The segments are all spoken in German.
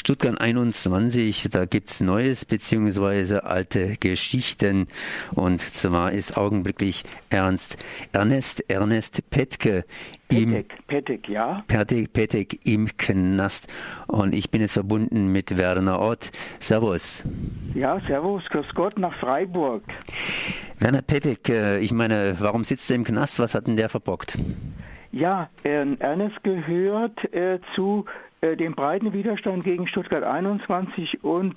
Stuttgart 21, da gibt's Neues bzw. alte Geschichten. Und zwar ist augenblicklich Ernest Petke Petek im Knast. Und ich bin jetzt verbunden mit Werner Ott. Servus. Ja, servus, grüß Gott nach Freiburg. Werner Petek, ich meine, warum sitzt er im Knast? Was hat denn der verbockt? Ja, Ernest gehört zu dem breiten Widerstand gegen Stuttgart 21 und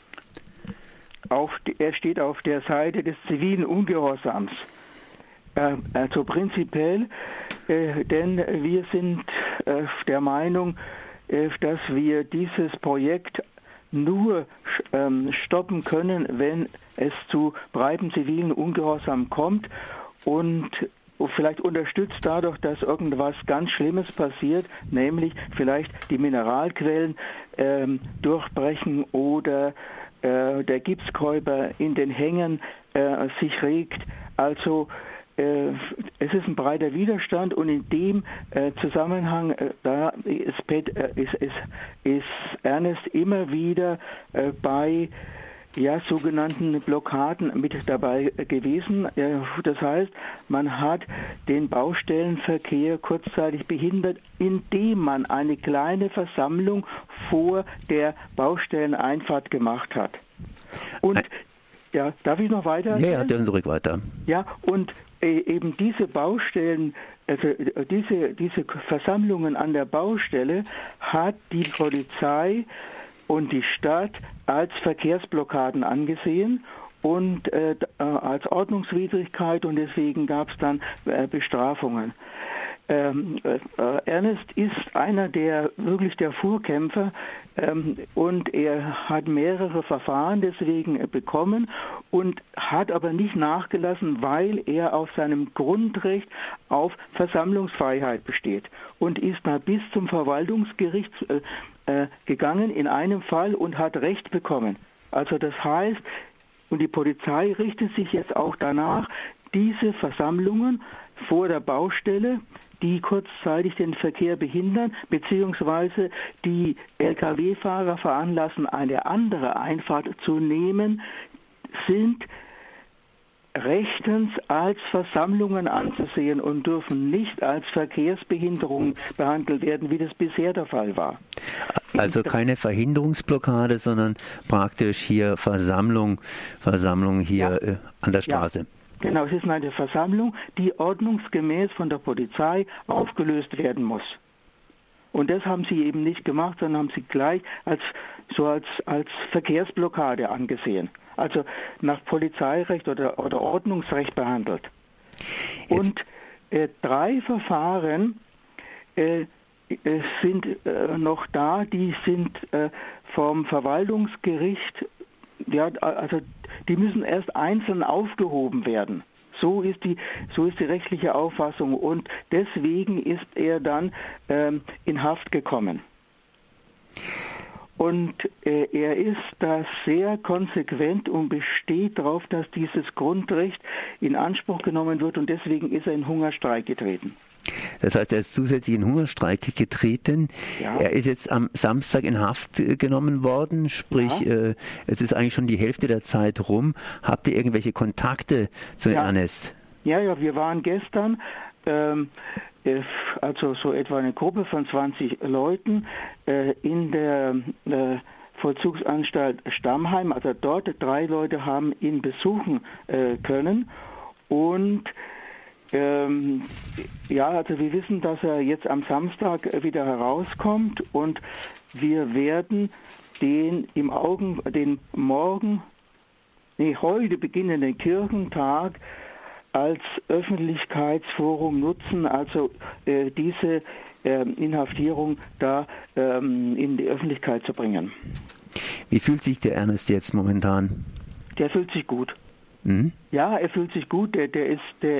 er steht auf der Seite des zivilen Ungehorsams. Also prinzipiell, denn wir sind der Meinung, dass wir dieses Projekt nur stoppen können, wenn es zu breitem zivilen Ungehorsam kommt und vielleicht unterstützt dadurch, dass irgendwas ganz Schlimmes passiert, nämlich vielleicht die Mineralquellen durchbrechen oder der Gipskäuber in den Hängen sich regt. Also es ist ein breiter Widerstand und in dem Zusammenhang da ist Ernest immer wieder bei sogenannten Blockaden mit dabei gewesen. Das heißt, man hat den Baustellenverkehr kurzzeitig behindert, indem man eine kleine Versammlung vor der Baustelleneinfahrt gemacht hat. Und ja, darf ich noch weiter? Ja, dürfen Sie ruhig weiter. Ja, und eben diese Baustellen, also diese Versammlungen an der Baustelle hat die Polizei und die Stadt als Verkehrsblockaden angesehen und als Ordnungswidrigkeit, und deswegen gab es dann Bestrafungen. Ernest ist einer der Vorkämpfer und er hat mehrere Verfahren deswegen bekommen und hat aber nicht nachgelassen, weil er auf seinem Grundrecht auf Versammlungsfreiheit besteht und ist bis zum Verwaltungsgericht gegangen in einem Fall und hat Recht bekommen. Also das heißt, und die Polizei richtet sich jetzt auch danach, diese Versammlungen vor der Baustelle, die kurzzeitig den Verkehr behindern, beziehungsweise die Lkw-Fahrer veranlassen, eine andere Einfahrt zu nehmen, sind rechtens als Versammlungen anzusehen und dürfen nicht als Verkehrsbehinderung behandelt werden, wie das bisher der Fall war. Also keine Verhinderungsblockade, sondern praktisch hier Versammlung hier an der Straße. Ja. Genau, es ist eine Versammlung, die ordnungsgemäß von der Polizei aufgelöst werden muss. Und das haben sie eben nicht gemacht, sondern haben sie gleich als Verkehrsblockade angesehen. Also nach Polizeirecht oder Ordnungsrecht behandelt. Und 3 Verfahren sind noch da, die sind vom Verwaltungsgericht, also die müssen erst einzeln aufgehoben werden. So ist die rechtliche Auffassung und deswegen ist er dann in Haft gekommen. Und er ist da sehr konsequent und besteht darauf, dass dieses Grundrecht in Anspruch genommen wird und deswegen ist er in Hungerstreik getreten. Das heißt, er ist zusätzlich in Hungerstreik getreten. Ja. Er ist jetzt am Samstag in Haft genommen worden, sprich, es ist eigentlich schon die Hälfte der Zeit rum. Habt ihr irgendwelche Kontakte zu Ernest? Ja, wir waren gestern, also so etwa eine Gruppe von 20 Leuten in der Vollzugsanstalt Stammheim. Also dort 3 Leute haben ihn besuchen können und also wir wissen, dass er jetzt am Samstag wieder herauskommt und wir werden heute beginnenden Kirchentag als Öffentlichkeitsforum nutzen, also diese Inhaftierung da in die Öffentlichkeit zu bringen. Wie fühlt sich der Ernest jetzt momentan? Der fühlt sich gut. Mhm. Ja, er fühlt sich gut. Der ist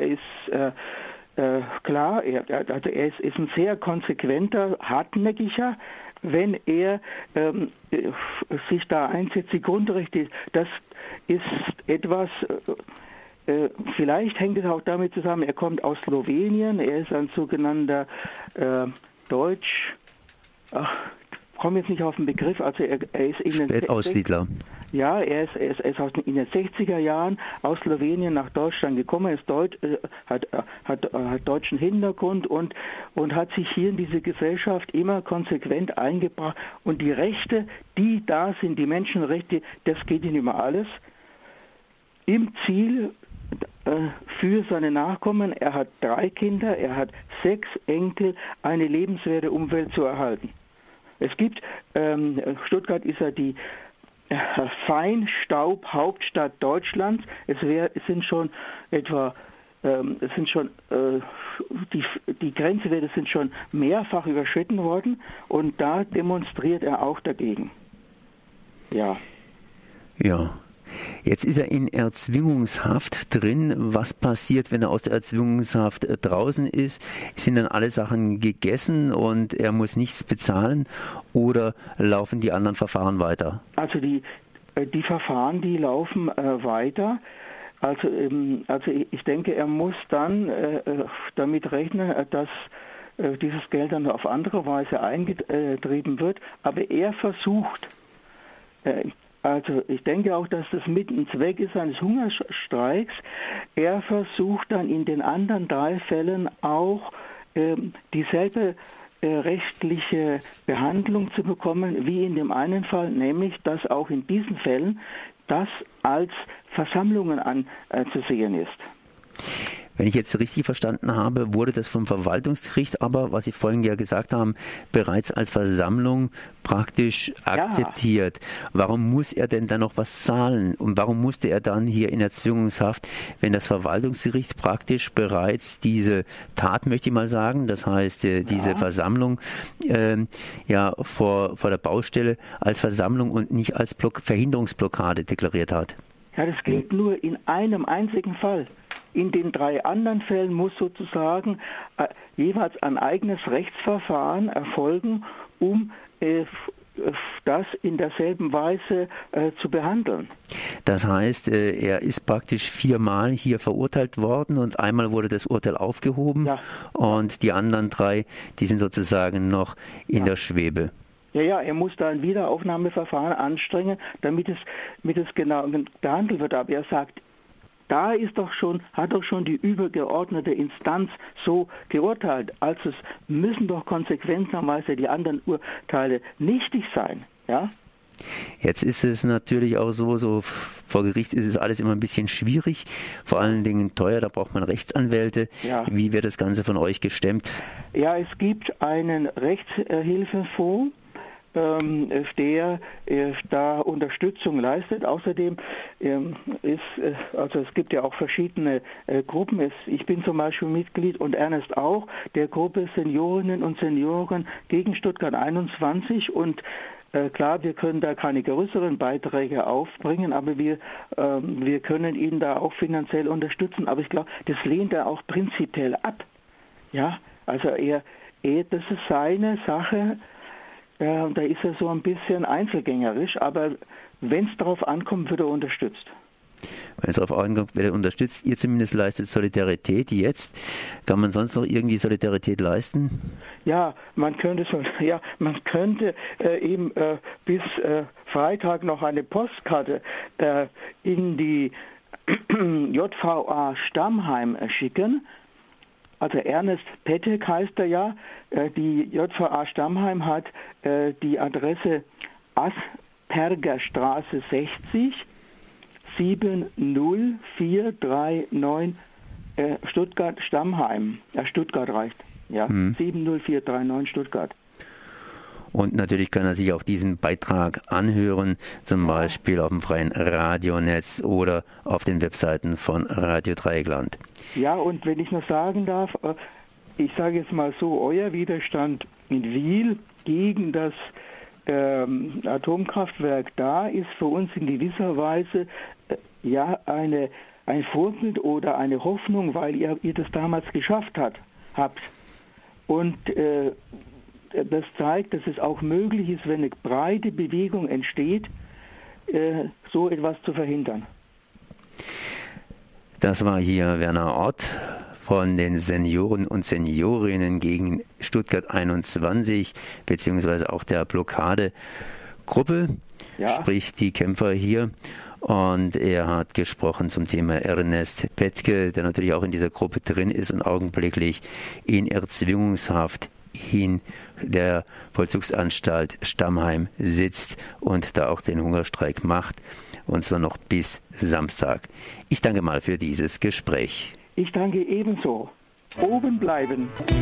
klar. Er ist ein sehr konsequenter, hartnäckiger. Wenn er sich da einsetzt, die Grundrechte, das ist etwas. Vielleicht hängt es auch damit zusammen. Er kommt aus Slowenien. Er ist ein sogenannter komme jetzt nicht auf den Begriff, also er ist in den Spätaussiedler. Ja, er ist in den 60er Jahren aus Slowenien nach Deutschland gekommen, ist hat deutschen Hintergrund und hat sich hier in diese Gesellschaft immer konsequent eingebracht. Und die Rechte, die da sind, die Menschenrechte, das geht ihm über alles. Im Ziel für seine Nachkommen, er hat 3 Kinder, er hat 6 Enkel, eine lebenswerte Umwelt zu erhalten. Es gibt, Stuttgart ist ja die Feinstaub-Hauptstadt Deutschlands. Die Grenzwerte sind schon mehrfach überschritten worden und da demonstriert er auch dagegen. Ja. Ja. Jetzt ist er in Erzwingungshaft drin. Was passiert, wenn er aus der Erzwingungshaft draußen ist? Sind dann alle Sachen gegessen und er muss nichts bezahlen oder laufen die anderen Verfahren weiter? Also die Verfahren, die laufen weiter. Also ich denke, er muss dann damit rechnen, dass dieses Geld dann auf andere Weise eingetrieben wird. Aber er versucht, also ich denke auch, dass das mit ein Zweck ist eines Hungerstreiks. Er versucht dann in den anderen 3 Fällen auch dieselbe rechtliche Behandlung zu bekommen wie in dem einen Fall, nämlich dass auch in diesen Fällen das als Versammlungen anzusehen ist. Wenn ich jetzt richtig verstanden habe, wurde das vom Verwaltungsgericht aber, was Sie vorhin ja gesagt haben, bereits als Versammlung praktisch akzeptiert. Ja. Warum muss er denn dann noch was zahlen? Und warum musste er dann hier in Erzwingungshaft, wenn das Verwaltungsgericht praktisch bereits diese Tat, möchte ich mal sagen, das heißt diese Versammlung vor der Baustelle als Versammlung und nicht als Verhinderungsblockade deklariert hat? Ja, das gilt nur in einem einzigen Fall. In den 3 anderen Fällen muss sozusagen jeweils ein eigenes Rechtsverfahren erfolgen, um das in derselben Weise zu behandeln. Das heißt, er ist praktisch 4-mal hier verurteilt worden und einmal wurde das Urteil aufgehoben und die anderen 3, die sind sozusagen noch in der Schwebe. Ja, er muss da ein Wiederaufnahmeverfahren anstrengen, damit es genau gehandelt wird. Aber er sagt, da hat doch schon die übergeordnete Instanz so geurteilt. Also es müssen doch konsequenterweise die anderen Urteile nichtig sein. Ja? Jetzt ist es natürlich auch so vor Gericht ist es alles immer ein bisschen schwierig, vor allen Dingen teuer, da braucht man Rechtsanwälte. Ja. Wie wird das Ganze von euch gestemmt? Ja, es gibt einen Rechtshilfefonds, der da Unterstützung leistet. Außerdem es gibt ja auch verschiedene Gruppen. Ich bin zum Beispiel Mitglied und Ernest auch der Gruppe Seniorinnen und Senioren gegen Stuttgart 21 und klar, wir können da keine größeren Beiträge aufbringen, aber wir können ihn da auch finanziell unterstützen. Aber ich glaube, das lehnt er auch prinzipiell ab. Ja, also das ist seine Sache. Da ist er so ein bisschen einzelgängerisch, aber wenn es darauf ankommt, wird er unterstützt. Wenn es darauf ankommt, wird er unterstützt. Ihr zumindest leistet Solidarität jetzt. Kann man sonst noch irgendwie Solidarität leisten? Ja, man könnte eben bis Freitag noch eine Postkarte in die JVA Stammheim schicken. Also Ernest Pettek heißt er ja. Die JVA Stammheim hat die Adresse Aspergerstraße 60 70439 Stuttgart Stammheim. Ja, Stuttgart reicht. Ja, 70439 Stuttgart. Und natürlich kann er sich auch diesen Beitrag anhören, zum Beispiel auf dem freien Radionetz oder auf den Webseiten von Radio Dreieckland. Ja, und wenn ich noch sagen darf, ich sage jetzt mal so, euer Widerstand in Wil gegen das Atomkraftwerk da ist für uns in gewisser Weise ein Vorbild oder eine Hoffnung, weil ihr das damals geschafft habt. Und das zeigt, dass es auch möglich ist, wenn eine breite Bewegung entsteht, so etwas zu verhindern. Das war hier Werner Ott von den Senioren und Seniorinnen gegen Stuttgart 21, beziehungsweise auch der Blockadegruppe, sprich die Kämpfer hier. Und er hat gesprochen zum Thema Ernest Petzke, der natürlich auch in dieser Gruppe drin ist und augenblicklich in Erzwingungshaft in der Vollzugsanstalt Stammheim sitzt und da auch den Hungerstreik macht, und zwar noch bis Samstag. Ich danke mal für dieses Gespräch. Ich danke ebenso. Oben bleiben.